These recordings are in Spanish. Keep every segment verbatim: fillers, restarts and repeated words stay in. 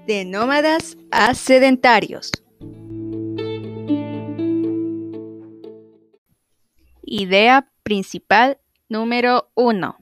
De nómadas a sedentarios. Idea principal número uno.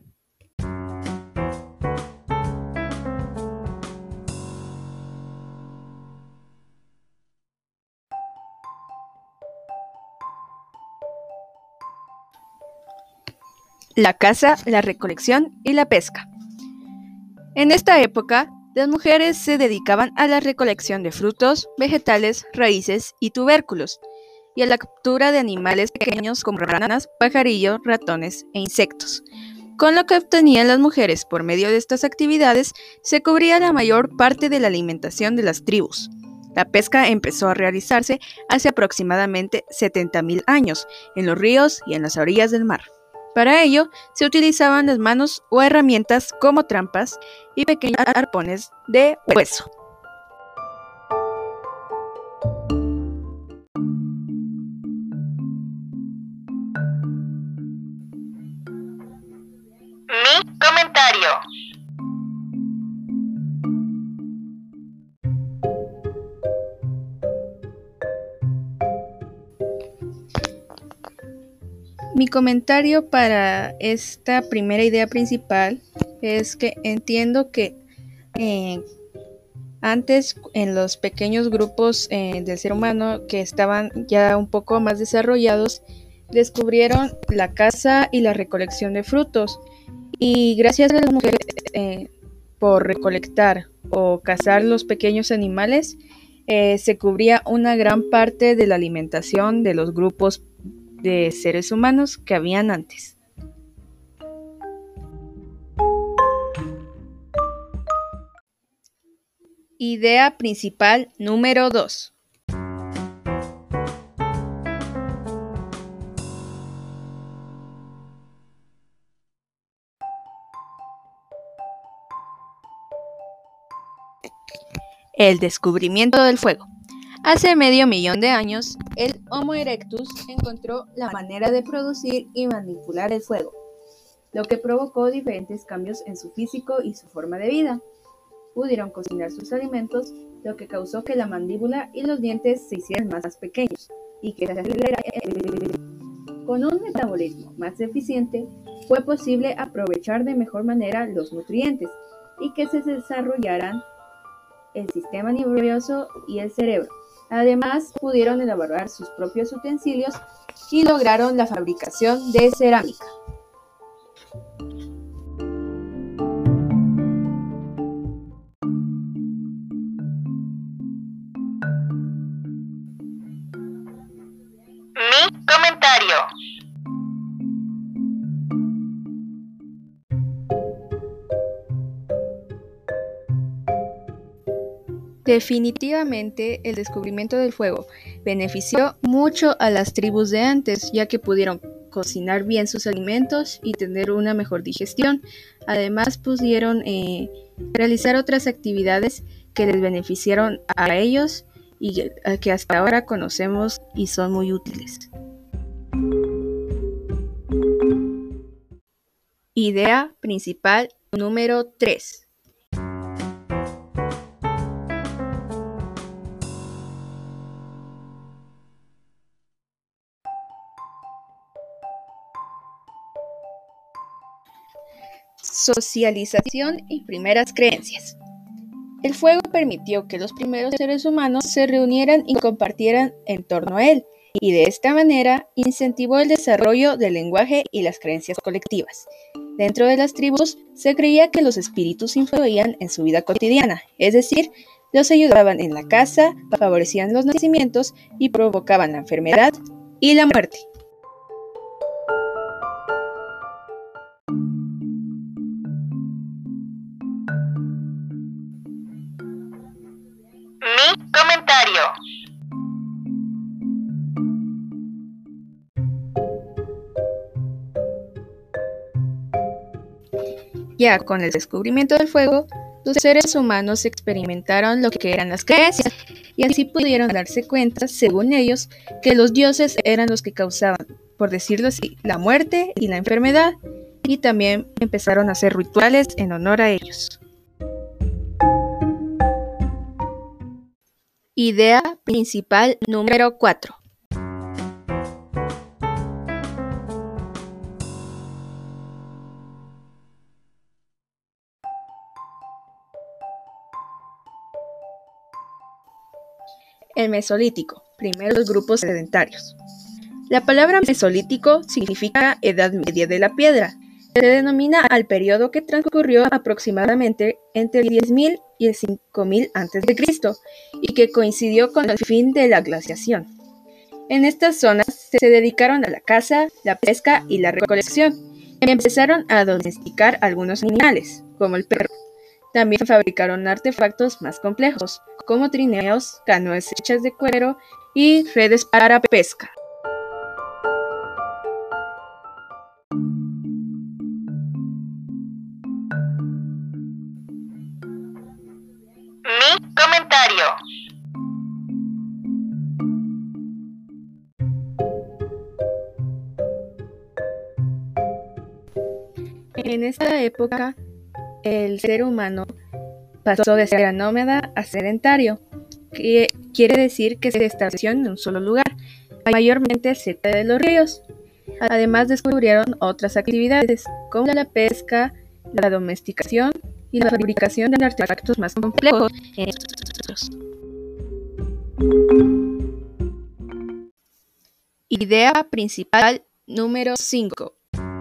La caza, la recolección y la pesca. En esta época, las mujeres se dedicaban a la recolección de frutos, vegetales, raíces y tubérculos, y a la captura de animales pequeños como ranas, pajarillos, ratones e insectos. Con lo que obtenían las mujeres por medio de estas actividades, se cubría la mayor parte de la alimentación de las tribus. La pesca empezó a realizarse hace aproximadamente setenta mil años, en los ríos y en las orillas del mar. Para ello, se utilizaban las manos o herramientas como trampas y pequeños arpones de hueso. Mi comentario. Mi comentario para esta primera idea principal es que entiendo que eh, antes en los pequeños grupos eh, del ser humano que estaban ya un poco más desarrollados, descubrieron la caza y la recolección de frutos, y gracias a las mujeres eh, por recolectar o cazar los pequeños animales, eh, se cubría una gran parte de la alimentación de los grupos de seres humanos que habían antes. Idea principal número dos. El descubrimiento del fuego. Hace medio millón de años, el Homo erectus encontró la manera de producir y manipular el fuego, lo que provocó diferentes cambios en su físico y su forma de vida. Pudieron cocinar sus alimentos, lo que causó que la mandíbula y los dientes se hicieran más pequeños y que con un metabolismo más eficiente fue posible aprovechar de mejor manera los nutrientes y que se desarrollaran el sistema nervioso y el cerebro. Además, pudieron elaborar sus propios utensilios y lograron la fabricación de cerámica. Mi comentario. Definitivamente, el descubrimiento del fuego benefició mucho a las tribus de antes, ya que pudieron cocinar bien sus alimentos y tener una mejor digestión. Además, pudieron eh, realizar otras actividades que les beneficiaron a ellos y que hasta ahora conocemos y son muy útiles. Idea principal número tres. Socialización y primeras creencias. El fuego permitió que los primeros seres humanos se reunieran y compartieran en torno a él, y de esta manera incentivó el desarrollo del lenguaje y las creencias colectivas. Dentro de las tribus se creía que los espíritus influían en su vida cotidiana, es decir, los ayudaban en la caza, favorecían los nacimientos y provocaban la enfermedad y la muerte. Mi comentario. Ya con el descubrimiento del fuego, los seres humanos experimentaron lo que eran las creencias, y así pudieron darse cuenta, según ellos, que los dioses eran los que causaban, por decirlo así, la muerte y la enfermedad, y también empezaron a hacer rituales en honor a ellos. Idea principal número cuatro. El Mesolítico, primeros grupos sedentarios. La palabra mesolítico significa edad media de la piedra. Se denomina al periodo que transcurrió aproximadamente entre el diez mil y el cinco mil antes de Cristo y que coincidió con el fin de la glaciación. En estas zonas se dedicaron a la caza, la pesca y la recolección y empezaron a domesticar algunos animales, como el perro. También fabricaron artefactos más complejos, como trineos, canoas hechas de cuero y redes para pesca. Mi comentario. En esta época, el ser humano pasó de ser nómada a sedentario, que quiere decir que se estableció en un solo lugar, mayormente cerca de los ríos. Además descubrieron otras actividades, como la pesca, la domesticación y la fabricación de artefactos más complejos. Idea principal número cinco.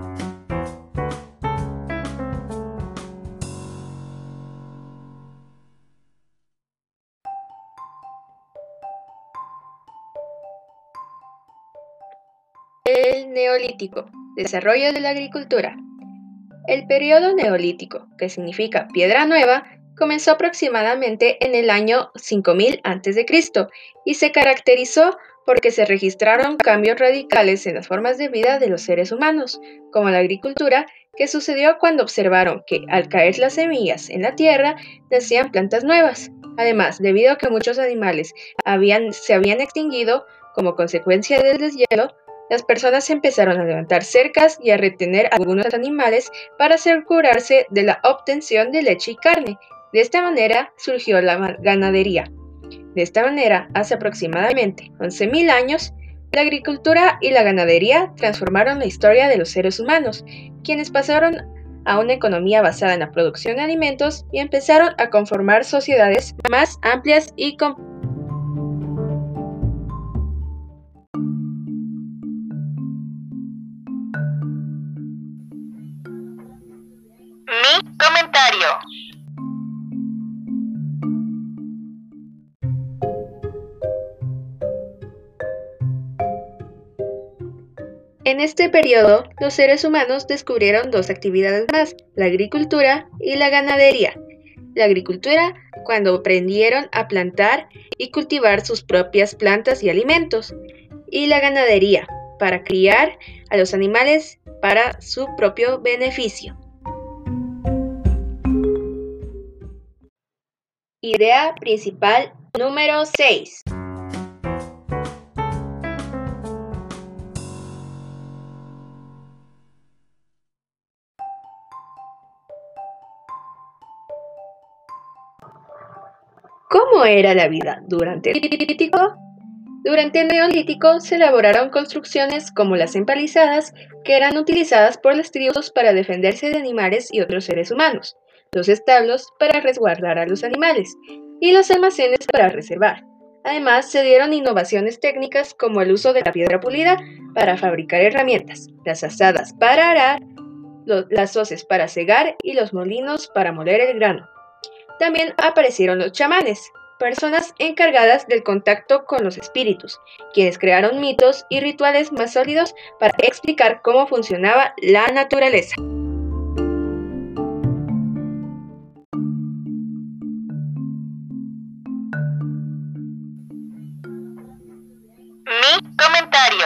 El Neolítico, desarrollo de la agricultura. El periodo neolítico, que significa piedra nueva, comenzó aproximadamente en el año cinco mil antes de Cristo y se caracterizó porque se registraron cambios radicales en las formas de vida de los seres humanos, como la agricultura, que sucedió cuando observaron que al caer las semillas en la tierra nacían plantas nuevas. Además, debido a que muchos animales habían, se habían extinguido como consecuencia del deshielo, las personas empezaron a levantar cercas y a retener algunos animales para asegurarse de la obtención de leche y carne. De esta manera surgió la ganadería. De esta manera, hace aproximadamente once mil años, la agricultura y la ganadería transformaron la historia de los seres humanos, quienes pasaron a una economía basada en la producción de alimentos y empezaron a conformar sociedades más amplias y complejas. Mi comentario. En este periodo, los seres humanos descubrieron dos actividades más, la agricultura y la ganadería. La agricultura, cuando aprendieron a plantar y cultivar sus propias plantas y alimentos, y la ganadería, para criar a los animales para su propio beneficio. Idea principal número seis. ¿Cómo era la vida durante el Neolítico? Durante el Neolítico se elaboraron construcciones como las empalizadas, que eran utilizadas por las tribus para defenderse de animales y otros seres humanos, los establos para resguardar a los animales y los almacenes para reservar. Además, se dieron innovaciones técnicas como el uso de la piedra pulida para fabricar herramientas, las azadas para arar, las hoces para cegar y los molinos para moler el grano. También aparecieron los chamanes, personas encargadas del contacto con los espíritus, quienes crearon mitos y rituales más sólidos para explicar cómo funcionaba la naturaleza. Mi comentario.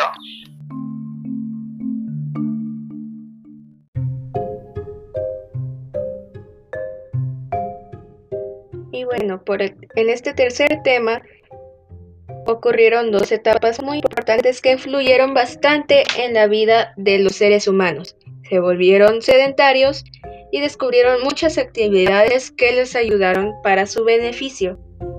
Y bueno, por el, en este tercer tema ocurrieron dos etapas muy importantes que influyeron bastante en la vida de los seres humanos. Se volvieron sedentarios y descubrieron muchas actividades que les ayudaron para su beneficio.